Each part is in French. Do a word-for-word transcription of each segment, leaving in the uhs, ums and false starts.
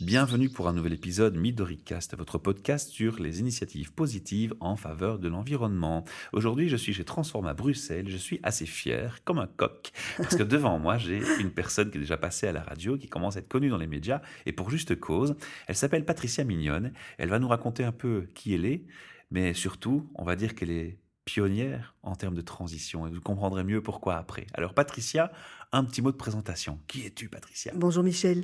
Bienvenue pour un nouvel épisode MidoriCast, votre podcast sur les initiatives positives en faveur de l'environnement. Aujourd'hui, je suis chez Transform à Bruxelles. Je suis assez fier, comme un coq, parce que devant moi, j'ai une personne qui est déjà passée à la radio, qui commence à être connue dans les médias, et pour juste cause. Elle s'appelle Patricia Mignone. Elle va nous raconter un peu qui elle est, mais surtout, on va dire qu'elle est pionnière en termes de transition, et vous comprendrez mieux pourquoi après. Alors Patricia, un petit mot de présentation. Qui es-tu, Patricia ? Bonjour Michel.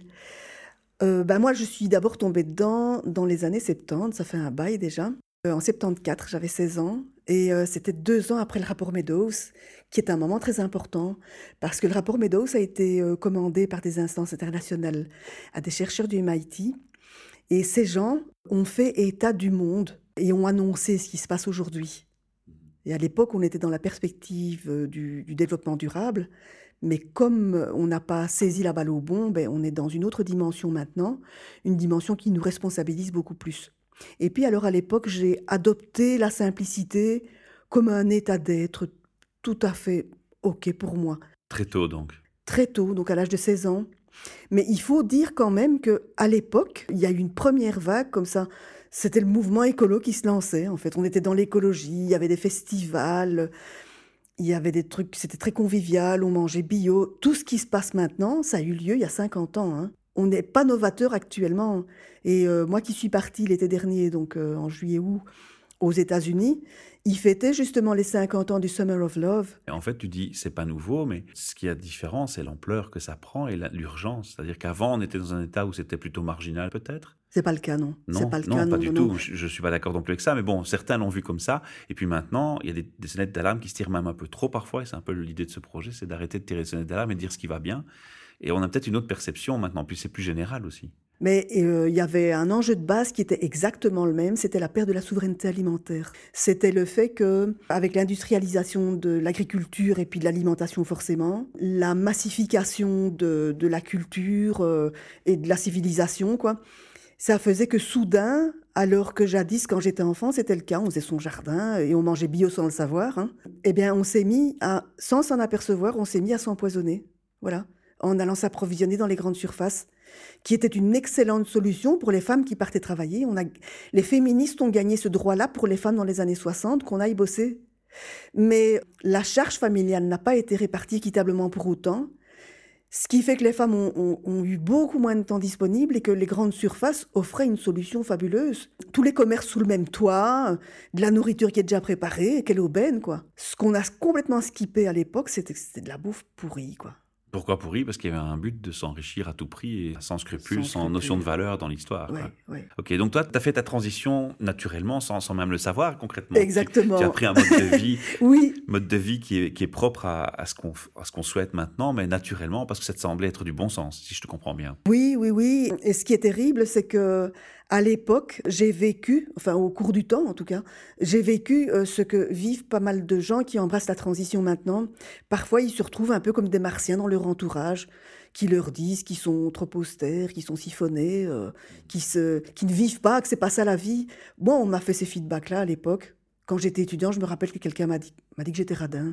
Euh, bah moi, je suis d'abord tombée dedans dans les années soixante-dix, ça fait un bail déjà. Euh, en soixante-quatorze, j'avais seize ans et euh, c'était deux ans après le rapport Meadows, qui est un moment très important parce que le rapport Meadows a été euh, commandé par des instances internationales à des chercheurs du M I T et ces gens ont fait état du monde et ont annoncé ce qui se passe aujourd'hui. Et à l'époque, on était dans la perspective euh, du, du développement durable. Mais comme on n'a pas saisi la balle au bon, ben on est dans une autre dimension maintenant, une dimension qui nous responsabilise beaucoup plus. Et puis alors à l'époque, j'ai adopté la simplicité comme un état d'être tout à fait OK pour moi. Très tôt donc. Très tôt, donc à l'âge de seize ans. Mais il faut dire quand même qu'à l'époque, il y a eu une première vague comme ça. C'était le mouvement écolo qui se lançait, en fait. On était dans l'écologie, il y avait des festivals... Il y avait des trucs, c'était très convivial, on mangeait bio. Tout ce qui se passe maintenant, ça a eu lieu il y a cinquante ans. Hein. On n'est pas novateur actuellement. Et euh, moi qui suis partie l'été dernier, donc euh, en juillet-août, aux États-Unis, ils fêtaient justement les cinquante ans du Summer of Love. Et en fait, tu dis, c'est pas nouveau, mais ce qui est différent, c'est l'ampleur que ça prend et la- l'urgence. C'est-à-dire qu'avant, on était dans un état où c'était plutôt marginal, peut-être. C'est pas le cas, non. Non, C'est pas le non, cas, pas non, du non, tout. non. Je, je suis pas d'accord non plus avec ça, mais bon, certains l'ont vu comme ça. Et puis maintenant, il y a des, des sonnettes d'alarme qui se tirent même un peu trop parfois. Et c'est un peu l'idée de ce projet, c'est d'arrêter de tirer des sonnettes d'alarme et de dire ce qui va bien. Et on a peut-être une autre perception maintenant, puis c'est plus général aussi. Mais euh, il y avait un enjeu de base qui était exactement le même, c'était la perte de la souveraineté alimentaire. C'était le fait que, avec l'industrialisation de l'agriculture et puis de l'alimentation forcément, la massification de, de la culture euh, et de la civilisation, quoi, ça faisait que soudain, alors que jadis, quand j'étais enfant, c'était le cas, on faisait son jardin et on mangeait bio sans le savoir, hein, eh bien on s'est mis à, sans s'en apercevoir, on s'est mis à s'empoisonner, voilà, en allant s'approvisionner dans les grandes surfaces, qui était une excellente solution pour les femmes qui partaient travailler. On a, les féministes ont gagné ce droit-là pour les femmes dans les années soixante, qu'on aille bosser. Mais la charge familiale n'a pas été répartie équitablement pour autant, ce qui fait que les femmes ont, ont- ont eu beaucoup moins de temps disponible et que les grandes surfaces offraient une solution fabuleuse. Tous les commerces sous le même toit, de la nourriture qui est déjà préparée, quelle aubaine, quoi. Ce qu'on a complètement skippé à l'époque, c'était, c'était de la bouffe pourrie, quoi. Pourquoi pourri ? Parce qu'il y avait un but de s'enrichir à tout prix et sans scrupules, Sans sans notion de scrupules. valeur dans l'histoire. Ouais, Quoi. ouais. Ok, donc toi, tu as fait ta transition naturellement, sans, sans même le savoir concrètement. Tu, Exactement. tu as pris un mode de vie Oui, mode de vie qui est, qui est propre à, à ce qu'on, à ce qu'on souhaite maintenant, mais naturellement, parce que ça te semblait être du bon sens, si je te comprends bien. oui, oui, oui. Et ce qui est terrible, c'est que à l'époque, j'ai vécu, enfin au cours du temps en tout cas, j'ai vécu euh, ce que vivent pas mal de gens qui embrassent la transition maintenant. Parfois, ils se retrouvent un peu comme des martiens dans leur entourage, qui leur disent qu'ils sont trop austères, qu'ils sont siphonnés, euh, qui se, qui ne vivent pas, que c'est pas ça la vie. Moi, on m'a fait ces feedbacks-là à l'époque. Quand j'étais étudiant, je me rappelle que quelqu'un m'a dit, m'a dit que j'étais radin.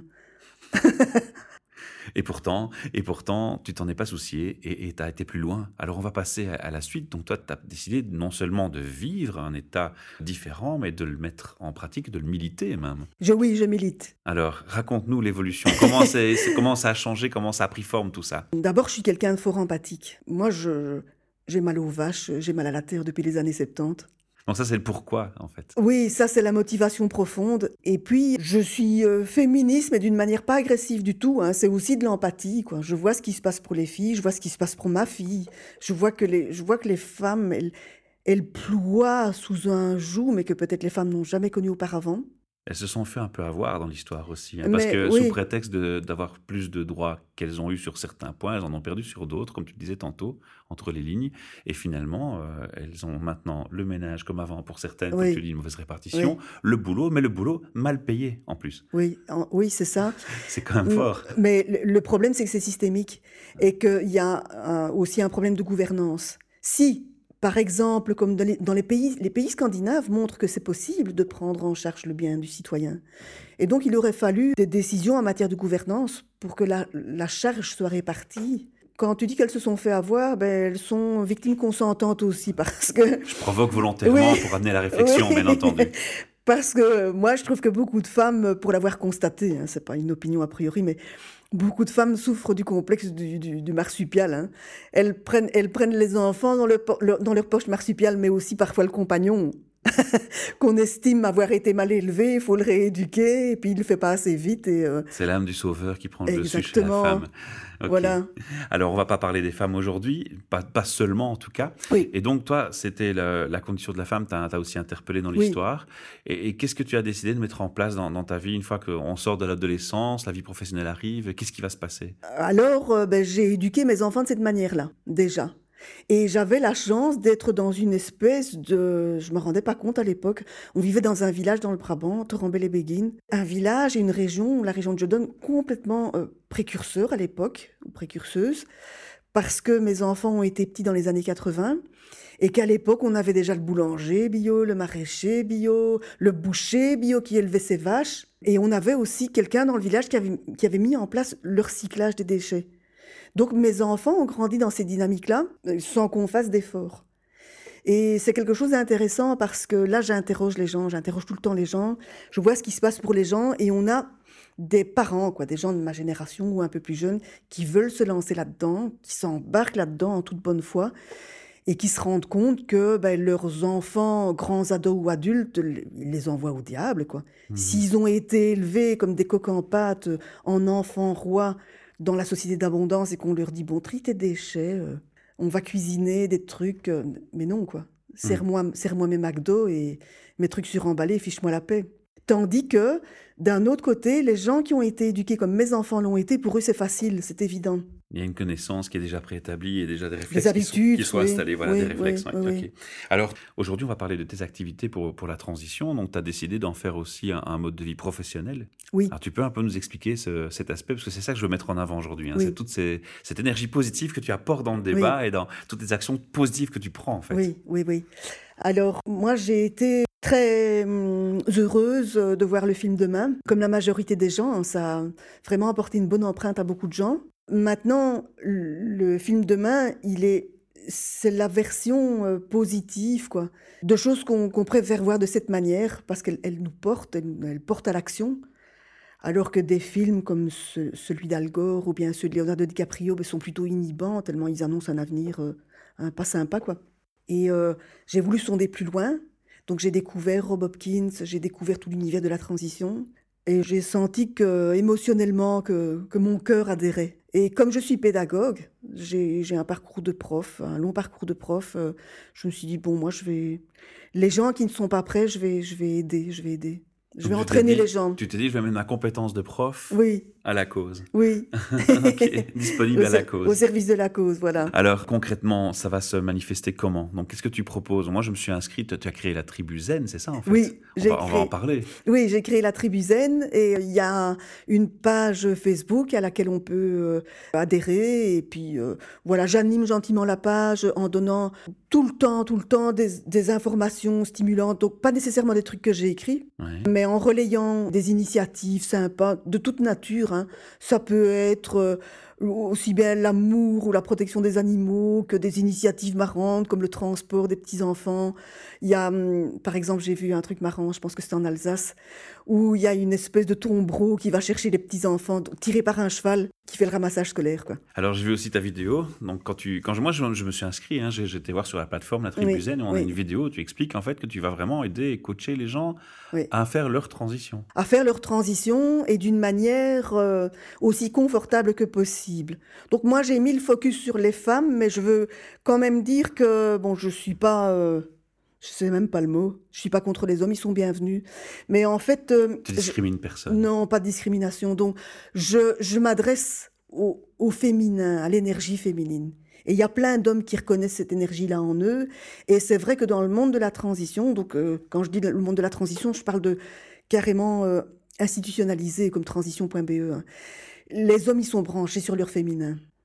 Et pourtant, et pourtant, tu t'en es pas soucié et tu as été plus loin. Alors on va passer à, à la suite. Donc toi, tu as décidé non seulement de vivre un état différent, mais de le mettre en pratique, de le militer même. Je, oui, je milite. Alors raconte-nous l'évolution. Comment, c'est, c'est- comment ça a changé, comment ça a pris forme tout ça ? D'abord, je suis quelqu'un de fort empathique. Moi, je, j'ai mal aux vaches, j'ai mal à la terre depuis les années soixante-dix. Donc ça, c'est le pourquoi en fait. Oui, ça, c'est la motivation profonde. Et puis, je suis euh, féministe, mais d'une manière pas agressive du tout. Hein. C'est aussi de l'empathie, quoi. Je vois ce qui se passe pour les filles, je vois ce qui se passe pour ma fille. Je vois que les, je vois que les femmes, elles, elles ploient sous un joug, mais que peut-être les femmes n'ont jamais connu auparavant. Elles se sont fait un peu avoir dans l'histoire aussi, hein, parce Mais que sous oui, prétexte de- d'avoir plus de droits qu'elles ont eu sur certains points, elles en ont perdu sur d'autres, comme tu le disais tantôt, entre les lignes. Et finalement, euh, elles ont maintenant le ménage comme avant pour certaines, comme tu oui, dis, une mauvaise répartition, oui, le boulot, mais le boulot mal payé en plus. oui, en- oui, c'est ça. C'est quand même Mm, fort. Mais le le problème, c'est que c'est systémique et qu'il y a un- aussi un problème de gouvernance. Si, par exemple, comme dans les, dans les pays, les pays scandinaves montrent que c'est possible de prendre en charge le bien du citoyen. Et donc, il aurait fallu des décisions en matière de gouvernance pour que la, la charge soit répartie quand tu dis qu'elles se sont fait avoir, ben, elles sont victimes consentantes aussi parce que Je provoque volontairement oui, pour amener la réflexion, oui, bien entendu. parce que moi je trouve que beaucoup de femmes, pour l'avoir constaté, hein, c'est pas une opinion a priori, mais beaucoup de femmes souffrent du complexe du, du- du marsupial, hein. Elles prennent, elles prennent les enfants dans, le po- leur, dans leur poche marsupiale, mais aussi parfois le compagnon qu'on estime avoir été mal élevé, il faut le rééduquer, et puis il le fait pas assez vite. Et, euh, C'est l'âme du sauveur qui prend le dessus chez la exactement, femme. Ok. voilà. Alors, on va pas parler des femmes aujourd'hui, pas, pas seulement en tout cas. Oui, Et donc, toi, c'était le- la condition de la femme, t'as as aussi interpellé dans oui. l'histoire. Et, et qu'est-ce que tu as décidé de mettre en place dans, dans ta vie une fois qu'on sort de l'adolescence, la vie professionnelle arrive? Qu'est-ce qui va se passer? Alors, euh, ben, j'ai éduqué mes enfants de cette manière-là, déjà. Et j'avais la chance d'être dans une espèce de... Je me rendais pas compte à l'époque. On vivait dans un village dans le Brabant, Torrembel-les-Béguines. Un village et une région, la région de Jodon, complètement euh, précurseur à l'époque, ou précurseuse, parce que mes enfants ont été petits dans les années quatre-vingts, et qu'à l'époque, on avait déjà le boulanger bio, le maraîcher bio, le boucher bio qui élevait ses vaches. Et on avait aussi quelqu'un dans le village qui avait, qui avait mis en place le recyclage des déchets. Donc mes enfants ont grandi dans ces dynamiques-là, euh, sans qu'on fasse d'efforts. Et c'est quelque chose d'intéressant parce que là, j'interroge les gens, j'interroge tout le temps les gens, je vois ce qui se passe pour les gens, et on a des parents, quoi, des gens de ma génération ou un peu plus jeunes, qui veulent se lancer là-dedans, qui s'embarquent là-dedans en toute bonne foi, et qui se rendent compte que ben, leurs enfants, grands ados ou adultes, l- ils les envoient au diable, quoi. Mhm. S'ils ont été élevés comme des coqs en pâte, euh, en enfants rois, dans la société d'abondance, et qu'on leur dit, bon, trie tes déchets, euh, on va cuisiner des trucs, euh, mais non, quoi. Mhm. Serre-moi, serre-moi mes McDo et mes trucs suremballés, fiche-moi la paix. Tandis que, d'un autre côté, les gens qui ont été éduqués comme mes enfants l'ont été, pour eux, c'est facile, c'est évident. Il y a une connaissance qui est déjà préétablie et déjà des Des réflexes qui sont, qui habitudes, sont oui, installés. Voilà, des oui, oui, réflexes. Ouais, oui, ok. oui. Alors, aujourd'hui, on va parler de tes activités pour, pour la transition. Donc, tu as décidé d'en faire aussi un, un mode de vie professionnel. Oui, Alors, tu peux un peu nous expliquer ce- cet aspect, parce que c'est ça que je veux mettre en avant aujourd'hui. Hein. C'est oui, toute ces- cette énergie positive que tu apportes dans le oui, débat et dans toutes les actions positives que tu prends, en fait. oui, oui, oui. Alors, moi, j'ai été très hum, heureuse euh, de voir le film Demain. Comme la majorité des gens, hein, ça a vraiment apporté une bonne empreinte à beaucoup de gens. Maintenant, le film Demain, il est, c'est la version euh, positive, quoi, de choses qu'on qu'on préfère voir de cette manière, parce qu'elle elle nous porte, elle, elle porte à l'action, alors que des films comme ce- celui d'Al Gore ou bien ceux de Leonardo DiCaprio ben, sont plutôt inhibants, tellement ils annoncent un avenir euh, hein, pas sympa, quoi. Et euh, j'ai voulu sonder plus loin, donc j'ai découvert Rob Hopkins, j'ai découvert tout l'univers de la transition, et j'ai senti que, émotionnellement, que, que mon cœur adhérait. Et comme je suis pédagogue, j'ai j'ai un parcours de prof, un long parcours de prof, euh, je me suis dit, bon, moi, je vais... Les gens qui ne sont pas prêts, je vais, je vais aider, je vais aider. Je vais Donc, tu t'es entraîner les dit, gens. tu t'es dit, je vais mettre ma compétence de prof Oui, à la cause. oui. Ok, disponible Au, à la ser- au cause. service de la cause, voilà. Alors concrètement, ça va se manifester comment? Donc qu'est-ce que tu proposes? Moi, je me suis inscrite, tu as créé la tribu Zen, c'est ça en fait? Oui, On j'ai va, on va en créé... parler. Oui, j'ai créé la Tribu Zen, et il y a une page Facebook à laquelle on peut euh, adhérer. Et puis euh, voilà, j'anime gentiment la page en donnant tout le temps, tout le temps des, des informations stimulantes. Donc pas nécessairement des trucs que j'ai écrits, Ouais. mais en relayant des initiatives sympas de toute nature, hein. Ça peut être euh, aussi bien l'amour ou la protection des animaux que des initiatives marrantes comme le transport des petits-enfants. Il y a, hum, par exemple, j'ai vu un truc marrant, je pense que c'était en Alsace, où il y a une espèce de tombereau qui va chercher les petits-enfants, donc tiré par un cheval, qui fait le ramassage scolaire, quoi. Alors j'ai vu aussi ta vidéo. Donc quand tu, quand je- moi je, je me suis inscrit, hein, j'ai- j'étais voir sur la plateforme la tribu Oui, Zen et on a une oui, vidéo où tu expliques en fait que tu vas vraiment aider et coacher les gens oui. à faire leur transition. À faire leur transition et d'une manière euh, aussi confortable que possible. Donc moi, j'ai mis le focus sur les femmes, mais je veux quand même dire que, bon, je suis pas... euh, je sais même pas le mot. Je suis pas contre les hommes, ils sont bienvenus. Mais en fait, euh, Tu je- discrimines personne. non, pas de discrimination. Donc, je, je m'adresse au, au féminin, à l'énergie féminine. Et il y a plein d'hommes qui reconnaissent cette énergie-là en eux. Et c'est vrai que dans le monde de la transition, donc euh, quand je dis le monde de la transition, je parle de carrément euh, institutionnalisé comme transition point b e, hein. Les hommes, ils sont branchés sur leur féminin.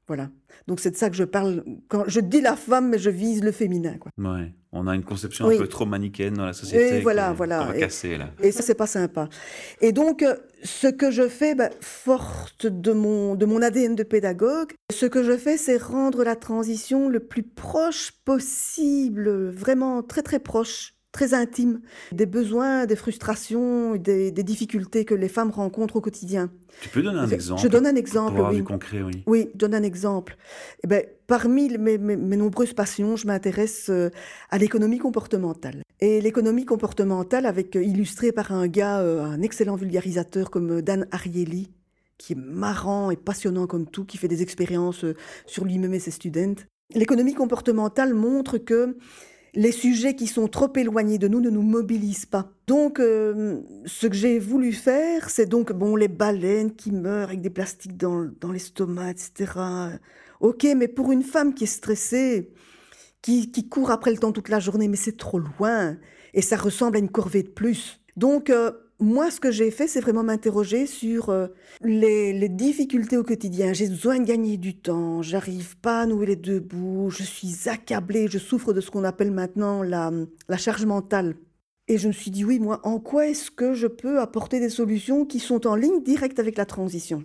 Voilà. Donc c'est de ça que je parle. Quand je dis la femme, mais je vise le féminin, quoi. Ouais. On a une conception Oui. un peu trop manichéenne dans la Et société voilà, qui est- voilà. qu'on va Et, casser là. et ça, c'est pas sympa. Et donc, euh, ce que je fais, ben, forte de mon, de mon A D N de pédagogue, ce que je fais, c'est rendre la transition le plus proche possible, vraiment très très proche, très intime, des besoins, des frustrations, des, des difficultés que les femmes rencontrent au quotidien. Tu peux donner un Je exemple donne un pour exemple, avoir du oui. concret, oui. Oui, je donne un exemple. Eh ben, parmi mes, mes- mes nombreuses passions, je m'intéresse euh, à l'économie comportementale. Et l'économie comportementale, avec euh, illustrée par un gars, euh, un excellent vulgarisateur comme euh, Dan Ariely, qui est marrant et passionnant comme tout, qui fait des expériences euh, sur lui-même et ses students. L'économie comportementale montre que les sujets qui sont trop éloignés de nous ne nous mobilisent pas. Donc, euh, ce que j'ai voulu faire, c'est donc, bon, les baleines qui meurent avec des plastiques dans, dans l'estomac, et cetera. Ok, mais pour une femme qui est stressée, qui, qui court après le temps toute la journée, mais c'est trop loin. Et ça ressemble à une corvée de plus. Donc, euh, moi, ce que j'ai fait, c'est vraiment m'interroger sur euh, les, les difficultés au quotidien. J'ai besoin de gagner du temps, j'arrive pas à nouer les deux bouts, je suis accablée, je souffre de ce qu'on appelle maintenant la, la charge mentale. Et je me suis dit, oui, moi, en quoi est-ce que je peux apporter des solutions qui sont en ligne directe avec la transition?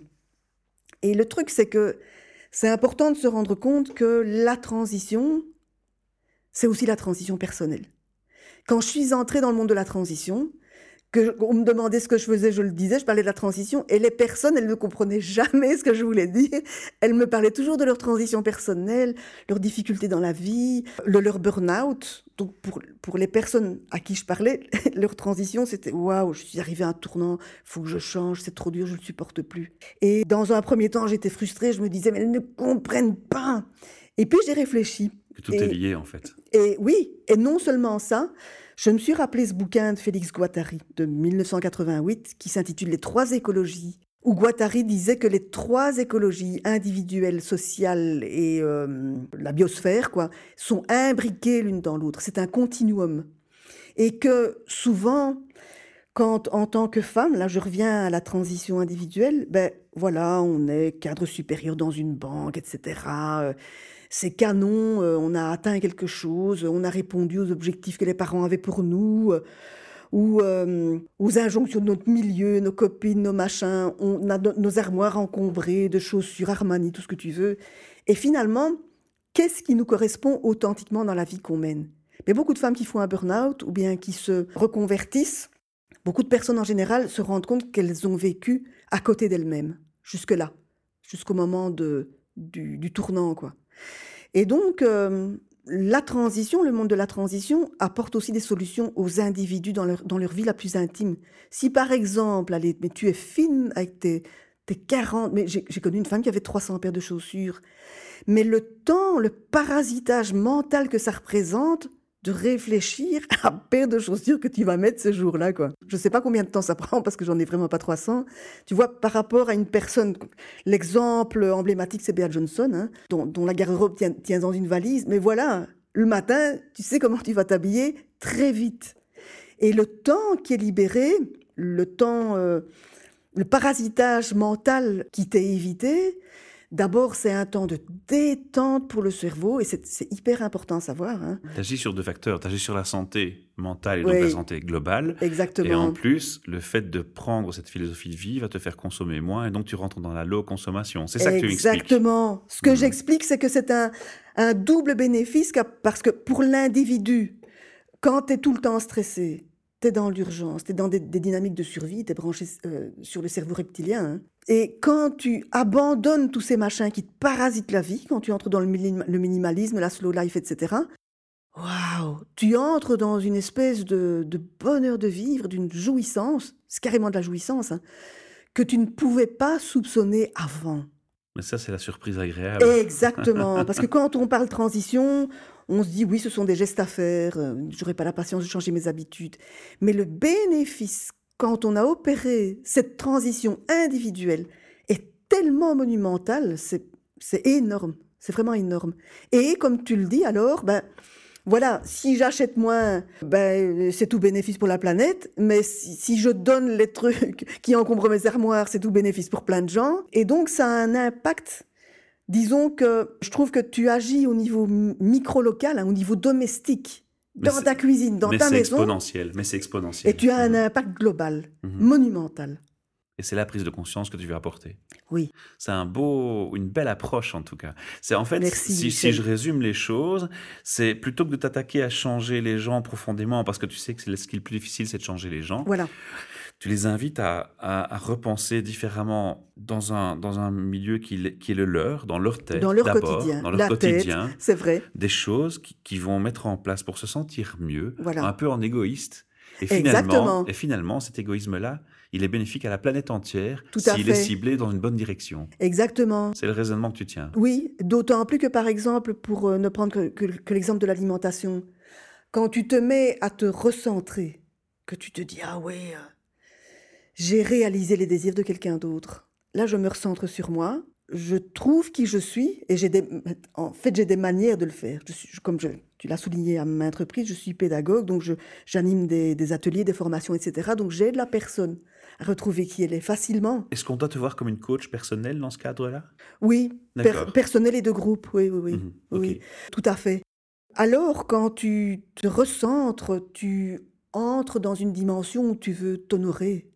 Et le truc, c'est que c'est important de se rendre compte que la transition, c'est aussi la transition personnelle. Quand je suis entrée dans le monde de la transition, que on me demandait ce que je faisais, je le disais, je parlais de la transition, et les personnes, elles ne comprenaient jamais ce que je voulais dire. Elles me parlaient toujours de leur transition personnelle, leurs difficultés dans la vie, le, leur burn-out. Donc pour, pour les personnes à qui je parlais, leur transition, c'était « Waouh, je suis arrivée à un tournant, il faut que je change, c'est trop dur, je ne le supporte plus. » Et dans un premier temps, j'étais frustrée, je me disais « Mais elles ne comprennent pas !» Et puis j'ai réfléchi. Que tout Et, est lié, en fait. et oui, et non seulement ça, je me suis rappelé ce bouquin de Félix Guattari de mille neuf cent quatre-vingt-huit qui s'intitule « Les trois écologies », où Guattari disait que les trois écologies, individuelle, sociale et euh, la biosphère, quoi, sont imbriquées l'une dans l'autre. C'est un continuum. Et que souvent, quand en tant que femme, là je reviens à la transition individuelle, ben voilà, on est cadre supérieur dans une banque, et cetera. Euh, c'est canon, euh, on a atteint quelque chose, on a répondu aux objectifs que les parents avaient pour nous, euh, ou euh, aux injonctions de notre milieu, nos copines, nos machins, on a no- nos armoires encombrées de chaussures Armani, tout ce que tu veux. Et finalement, qu'est-ce qui nous correspond authentiquement dans la vie qu'on mène? Mais beaucoup de femmes qui font un burn-out ou bien qui se reconvertissent, beaucoup de personnes en général se rendent compte qu'elles ont vécu à côté d'elles-mêmes, jusque-là, jusqu'au moment de, du, du tournant, quoi. Et donc, euh, la transition, le monde de la transition, apporte aussi des solutions aux individus dans leur, dans leur vie la plus intime. Si par exemple, allez, mais tu es fine avec tes, tes quarante... Mais j'ai, j'ai connu une femme qui avait trois cents paires de chaussures. Mais le temps, le parasitage mental que ça représente, de réfléchir à la paire de chaussures que tu vas mettre ce jour-là, quoi. Je ne sais pas combien de temps ça prend parce que j'en ai vraiment pas trois cents. Tu vois, par rapport à une personne, l'exemple emblématique, c'est Bea Johnson, hein, dont, dont la garde-robe tient, tient dans une valise. Mais voilà, le matin, tu sais comment tu vas t'habiller très vite. Et le temps qui est libéré, le temps, euh, le parasitage mental qui t'est évité, d'abord, c'est un temps de détente pour le cerveau, et c'est, c'est hyper important à savoir. Hein. Tu agis sur deux facteurs. Tu agis sur la santé mentale et donc Oui, la santé globale. exactement. Et en plus, le fait de prendre cette philosophie de vie va te faire consommer moins et donc tu rentres dans la low consommation. C'est ça que tu expliques. Exactement. Ce que Mmh. j'explique, c'est que c'est un, un double bénéfice, parce que pour l'individu, quand tu es tout le temps stressé, tu es dans l'urgence, tu es dans des, des dynamiques de survie, tu es branché euh, sur le cerveau reptilien. Hein. Et quand tu abandonnes tous ces machins qui te parasitent la vie, quand tu entres dans le, minim- le minimalisme, la slow life, et cetera, waouh, tu entres dans une espèce de, de bonheur de vivre, d'une jouissance, c'est carrément de la jouissance, hein, que tu ne pouvais pas soupçonner avant. Mais ça, c'est la surprise agréable. Exactement, parce que quand on parle transition, on se dit oui, ce sont des gestes à faire, euh, j'aurais pas la patience de changer mes habitudes. Mais le bénéfice, quand on a opéré cette transition individuelle, est tellement monumental, c'est, c'est énorme, c'est vraiment énorme. Et comme tu le dis alors, ben, voilà, si j'achète moins, ben, c'est tout bénéfice pour la planète, mais si, si je donne les trucs qui encombrent mes armoires, c'est tout bénéfice pour plein de gens. Et donc, ça a un impact Disons que je trouve que tu agis au niveau m- micro-local, hein, au niveau domestique, Mais dans c'est- ta cuisine, dans mais ta c'est maison, exponentiel. Mais c'est exponentiel. et tu as un Mhm. impact global, Mhm. monumental. Et c'est la prise de conscience que tu veux apporter. Oui, C'est un beau, une belle approche en tout cas. C'est en fait, Merci, si, si Michel. je résume les choses, c'est plutôt que de t'attaquer à changer les gens profondément, parce que tu sais que c'est le- ce qui est le plus difficile, c'est de changer les gens. voilà, Tu les invites à, à- à repenser différemment dans un, dans un milieu qui, l'est- qui est le leur, dans leur tête dans leur d'abord, quotidien, dans leur la quotidien, tête, c'est vrai, des choses qui, qui vont mettre en place pour se sentir mieux, voilà. un peu en égoïste. Et finalement, Exactement. et finalement, cet égoïsme-là, il est bénéfique à la planète entière Tout à s'il est fait. ciblé dans une bonne direction. Exactement. C'est le raisonnement que tu tiens. Oui, d'autant plus que par exemple, pour euh, ne prendre que, que- que l'exemple de l'alimentation, quand tu te mets à te recentrer, que tu te dis, ah ouais, euh, j'ai réalisé les désirs de quelqu'un d'autre. Là, je me recentre sur moi, je trouve qui je suis, et j'ai des, en fait, j'ai des manières de le faire. Je suis, comme je, tu l'as souligné à maintes reprises, je suis pédagogue, donc je, j'anime des, des ateliers, des formations, et cetera. Donc j'aide la personne à retrouver qui elle est facilement. Est-ce qu'on doit te voir comme une coach personnelle dans ce cadre-là? Oui, per- D'accord. personnel et de groupe, oui, oui, oui, Mhm, oui, ok. tout à fait. Alors, quand tu te recentres, tu entres dans une dimension où tu veux t'honorer,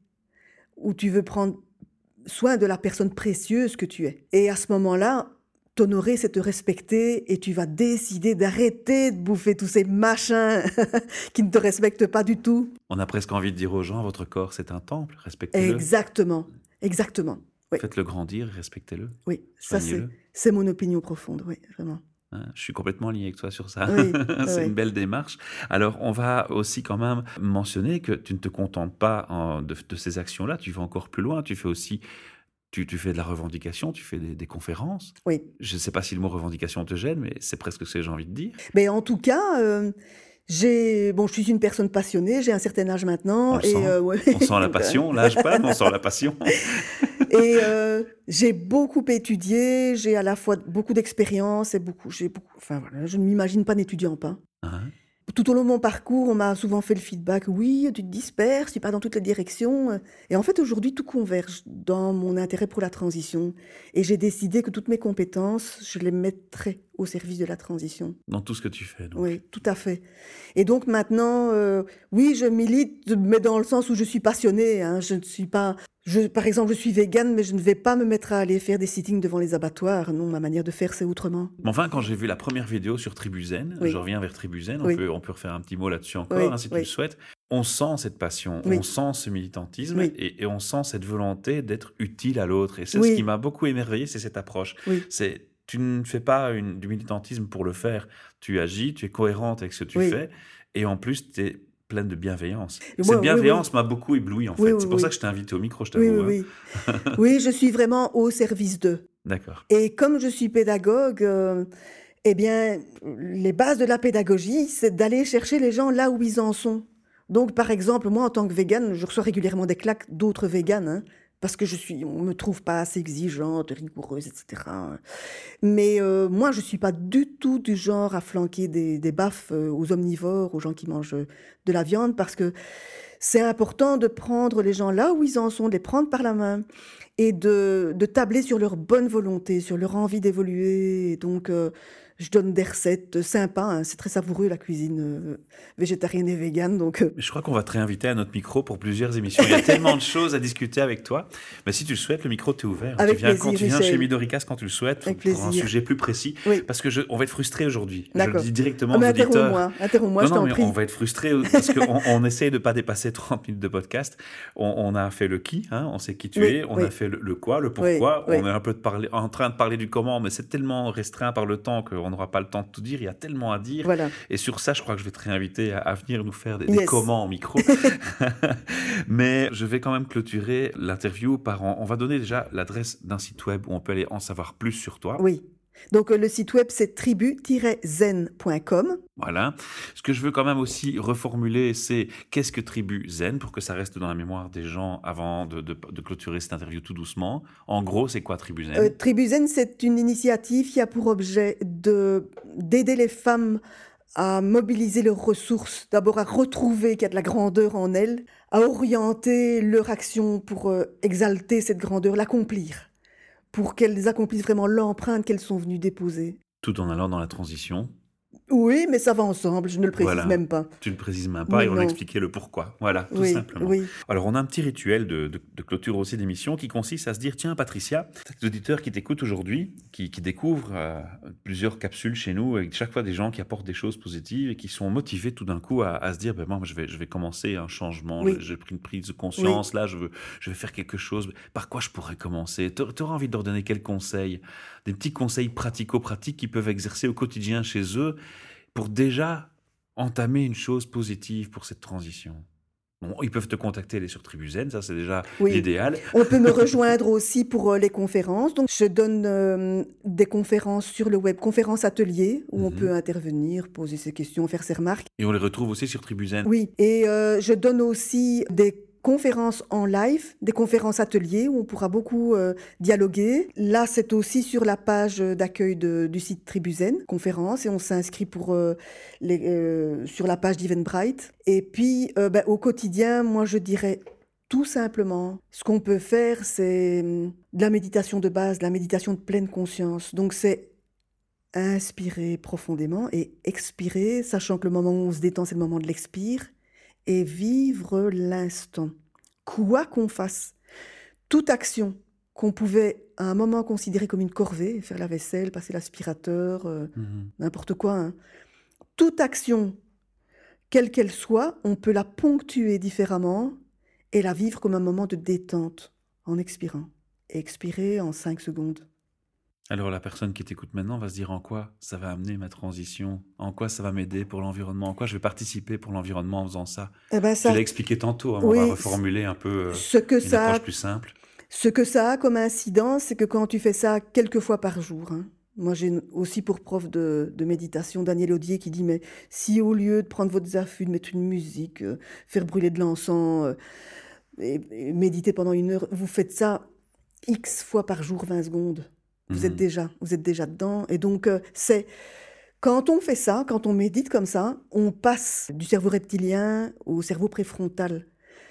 où tu veux prendre soin de la personne précieuse que tu es. Et à ce moment-là, t'honorer, c'est te respecter et tu vas décider d'arrêter de bouffer tous ces machins qui ne te respectent pas du tout. On a presque envie de dire aux gens, votre corps, c'est un temple, respectez-le. Exactement, exactement. Oui, Faites-le grandir, respectez-le. oui, ça c'est, Soignez-le. c'est mon opinion profonde, oui, vraiment. Hein, je suis complètement lié avec toi sur ça. Oui, C'est oui. une belle démarche. Alors, on va aussi quand même mentionner que tu ne te contentes pas en- de, de ces actions-là, tu vas encore plus loin. Tu fais aussi, tu, tu fais de la revendication, tu fais des, des conférences. Oui. Je ne sais pas si le mot revendication te gêne, mais c'est presque ce que j'ai envie de dire. Mais en tout cas, euh, j'ai, bon, je suis une personne passionnée, j'ai un certain âge maintenant. On le et, sent. euh, ouais. On sent la passion, l'âge pas, mais on sent la passion. Et euh, j'ai beaucoup étudié, j'ai à la fois beaucoup d'expérience et beaucoup, j'ai beaucoup, enfin voilà, je ne m'imagine pas n'étudiant pas. Hein? Tout au long de mon parcours, on m'a souvent fait le feedback, oui, tu te disperses, tu pars dans toutes les directions. Et en fait, aujourd'hui, tout converge dans mon intérêt pour la transition. Et j'ai décidé que toutes mes compétences, je les mettrais au service de la transition. Dans tout ce que tu fais. Donc. Oui, tout à fait. Et donc maintenant, euh, oui, je milite, mais dans le sens où je suis passionnée. Hein, je ne suis pas, je, par exemple, je suis végane, mais je ne vais pas me mettre à aller faire des sittings devant les abattoirs. Non, ma manière de faire, c'est autrement. Mais enfin, quand j'ai vu la première vidéo sur Tribuzen, Oui. je reviens vers Tribuzen, on, Oui. peut, on peut refaire un petit mot là-dessus encore, Oui, hein, si tu oui. le souhaites. On sent cette passion, Oui. on sent ce militantisme Oui. et, et on sent cette volonté d'être utile à l'autre. Et c'est Oui. ce qui m'a beaucoup émerveillé, c'est cette approche. Oui. C'est, tu ne fais pas une, du militantisme pour le faire, tu agis, tu es cohérente avec ce que tu Oui. fais et en plus, tu es pleine de bienveillance. Et Cette moi, oui, bienveillance m'a beaucoup ébloui en fait. Oui, oui, c'est pour oui. ça que je t'ai invité au micro, je t'avoue. Oui, oui, hein. oui. Oui, je suis vraiment au service d'eux. D'accord. Et comme je suis pédagogue, euh, eh bien, les bases de la pédagogie, c'est d'aller chercher les gens là où ils en sont. Donc, par exemple, moi, en tant que végane, je reçois régulièrement des claques d'autres véganes, hein, parce que je suis, on me trouve pas assez exigeante, rigoureuse, et cetera. Mais euh, moi, je suis pas du tout du genre à flanquer des, des baffes euh, aux omnivores, aux gens qui mangent de la viande, parce que c'est important de prendre les gens là où ils en sont, de les prendre par la main et de, de tabler sur leur bonne volonté, sur leur envie d'évoluer. Et donc, euh, je donne des recettes sympas, hein. C'est très savoureux la cuisine euh, végétarienne et végane. Donc, euh, Mais je crois qu'on va te réinviter à notre micro pour plusieurs émissions. Il y a tellement de choses à discuter avec toi. Mais si tu le souhaites, le micro t'est ouvert. Avec tu viens, plaisir, quand tu viens Michel. chez Midoricas quand tu le souhaites, Avec pour, pour un plaisir. sujet plus précis. Oui. Parce que je, on va être frustré aujourd'hui. Je le D'accord. dis directement Ah, mais aux auditeurs. interromps-moi, interromps-moi, non, je non, t'en mais prie. on va être frustré parce qu'on on essaye de ne pas dépasser trente minutes de podcast. On, on a fait le qui, hein, on sait qui tu Oui, es. On oui. a fait le, le quoi, le pourquoi. Oui, on oui. est un peu de parler, en train de parler du comment, mais c'est tellement restreint par le temps qu'on n'aura pas le temps de tout dire. Il y a tellement à dire. Voilà. Et sur ça, je crois que je vais te réinviter à, à venir nous faire des, des Yes. comment en micro. Mais je vais quand même clôturer l'interview par... On, on va donner déjà l'adresse d'un site web où on peut aller en savoir plus sur toi. Oui. Donc, euh, le site web, c'est tribu tiret zen point com. Voilà. Ce que je veux quand même aussi reformuler, c'est qu'est-ce que Tribu Zen, pour que ça reste dans la mémoire des gens avant de, de, de clôturer cette interview tout doucement. En gros, c'est quoi Tribu Zen? Euh, Tribu Zen, c'est une initiative qui a pour objet de, d'aider les femmes à mobiliser leurs ressources, d'abord à retrouver qu'il y a de la grandeur en elles, à orienter leur action pour euh, exalter cette grandeur, l'accomplir. pour qu'elles accomplissent vraiment l'empreinte qu'elles sont venues déposer. Tout en allant dans la transition. Oui, mais ça va ensemble, je ne le précise Voilà, même pas. tu ne le précises même pas Mais et on a non. expliqué le pourquoi. Voilà, tout Oui, simplement. oui. Alors, on a un petit rituel de, de- de clôture aussi d'émission qui consiste à se dire, tiens, Patricia, les auditeurs qui t'écoutent aujourd'hui, qui, qui découvrent euh, plusieurs capsules chez nous, avec chaque fois des gens qui apportent des choses positives et qui sont motivés tout d'un coup à, à se dire, ben moi, je vais, je vais commencer un changement, Oui. j'ai j'ai pris une prise de conscience, là, je veux, je vais faire quelque chose. Par quoi je pourrais commencer? Tu auras envie de leur donner quels conseils? Des petits conseils pratico-pratiques qu'ils peuvent exercer au quotidien chez eux pour déjà entamer une chose positive pour cette transition. Bon, ils peuvent te contacter, aller sur Tribuzen, ça c'est déjà Oui. l'idéal. On peut me rejoindre aussi pour euh, les conférences. Donc, je donne euh, des conférences sur le web, conférences ateliers, où on Mhm. peut intervenir, poser ses questions, faire ses remarques. Et on les retrouve aussi sur Tribuzen. Oui, et euh, je donne aussi des conférences en live, des conférences ateliers où on pourra beaucoup euh, dialoguer. Là, c'est aussi sur la page d'accueil de- du site Tribuzen, conférence, et on s'inscrit pour euh, les, euh, sur la page d'Eventbrite. Et puis, euh, ben, au quotidien, moi, je dirais tout simplement, ce qu'on peut faire, c'est hum, de la méditation de base, de la méditation de pleine conscience. Donc, c'est inspirer profondément et expirer, sachant que le moment où on se détend, c'est le moment de l'expire, et vivre l'instant. Quoi qu'on fasse, toute action qu'on pouvait à un moment considérer comme une corvée, faire la vaisselle, passer l'aspirateur, euh, Mhm. n'importe quoi, hein. Toute action, quelle qu'elle soit, on peut la ponctuer différemment et la vivre comme un moment de détente en expirant. Et expirer en cinq secondes. Alors la personne qui t'écoute maintenant va se dire en quoi ça va amener ma transition, en quoi ça va m'aider pour l'environnement, en quoi je vais participer pour l'environnement en faisant ça. Eh ben Tu ça, l'as expliqué tantôt, hein, mais oui, on va reformuler un peu euh, ce que une ça a approche plus simple. Ce que ça a comme incidence, c'est que quand tu fais ça quelques fois par jour, hein. Moi, j'ai une- aussi pour prof de, de méditation Daniel Audier qui dit, mais si au lieu de prendre votre affût, de mettre une musique, euh, faire brûler de l'encens euh, et, et méditer pendant une heure, vous faites ça X fois par jour, vingt secondes. Vous êtes Mhm. déjà, vous êtes déjà dedans. Et donc, euh, c'est quand on fait ça, quand on médite comme ça, on passe du cerveau reptilien au cerveau préfrontal.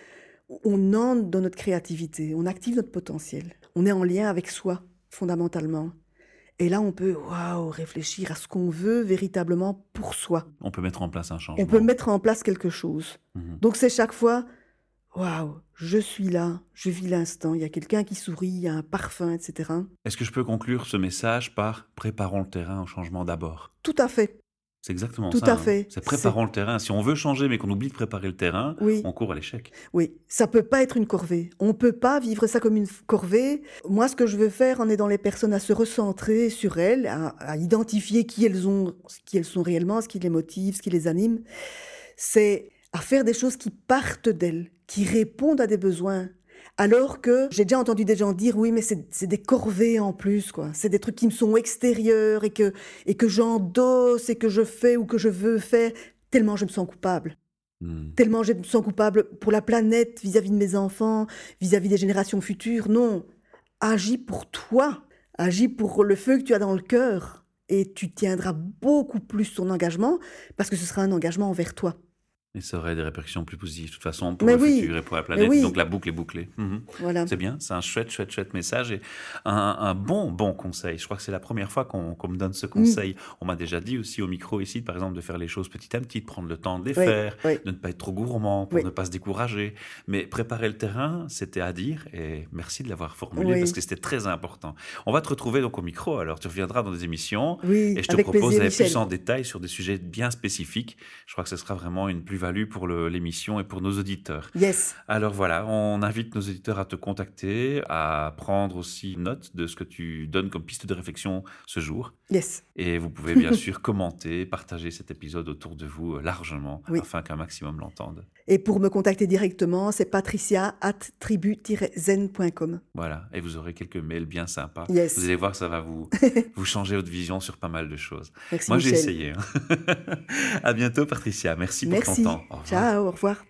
On entre dans notre créativité, on active notre potentiel. On est en lien avec soi, fondamentalement. Et là, on peut waouh, réfléchir à ce qu'on veut véritablement pour soi. On peut mettre en place un On changement. peut mettre en place quelque chose. Mhm. Donc, c'est chaque fois, waouh, je suis là, je vis l'instant. Il y a quelqu'un qui sourit, il y a un parfum, et cetera. Est-ce que je peux conclure ce message par préparons le terrain au changement d'abord? Tout à fait, C'est exactement tout ça. à hein. fait. C'est préparons le terrain. Si on veut changer mais qu'on oublie de préparer le terrain, Oui. on court à l'échec. Oui, ça peut pas être une corvée. On peut pas vivre ça comme une f- corvée. Moi, ce que je veux faire en aidant les personnes à se recentrer sur elles, à, à identifier qui elles ont, qui elles sont réellement, ce qui les motive, ce qui les anime, c'est à faire des choses qui partent d'elles, qui répondent à des besoins. Alors que j'ai déjà entendu des gens dire oui, mais c'est c'est des corvées en plus, quoi. C'est des trucs qui me sont extérieurs et que et que j'endosse et que je fais ou que je veux faire tellement je me sens coupable. Hmm. Tellement je me sens coupable pour la planète, vis-à-vis de mes enfants, vis-à-vis des générations futures. Non, agis pour toi, agis pour le feu que tu as dans le cœur, et tu tiendras beaucoup plus ton engagement, parce que ce sera un engagement envers toi. Et ça aurait des répercussions plus positives, de toute façon, pour Mais le oui, futur et pour la planète. oui. Donc la boucle est bouclée. Mhm. Voilà. C'est bien, c'est un chouette, chouette, chouette message et un, un bon, bon conseil. Je crois que c'est la première fois qu'on qu'on me donne ce conseil. On m'a déjà dit aussi au micro ici, par exemple, de faire les choses petit à petit, de prendre le temps de les Oui, faire, oui. de ne pas être trop gourmand pour Oui. ne pas se décourager. Mais préparer le terrain, c'était à dire et merci de l'avoir formulé Oui. parce que c'était très important. On va te retrouver donc au micro, alors tu reviendras dans des émissions Oui, et je te avec propose plaisir, d'aller plus Michel. en détail sur des sujets bien spécifiques. Je crois que ce sera vraiment une plus-value pour le- l'émission et pour nos auditeurs. Yes. Alors voilà, on invite nos auditeurs à te contacter, à prendre aussi note de ce que tu donnes comme piste de réflexion ce jour. Yes. Et vous pouvez bien sûr commenter, partager cet épisode autour de vous euh, largement, Oui. afin qu'un maximum l'entende. Et pour me contacter directement, c'est patricia arobase tribu tiret zen point com. Voilà, et vous aurez quelques mails bien sympas. Yes. Vous allez voir, ça va vous, vous changer votre vision sur pas mal de choses. Merci, Moi, j'ai Michel. essayé. hein. À bientôt, Patricia. Merci, Merci. pour ton temps. Au revoir. Ciao, au revoir.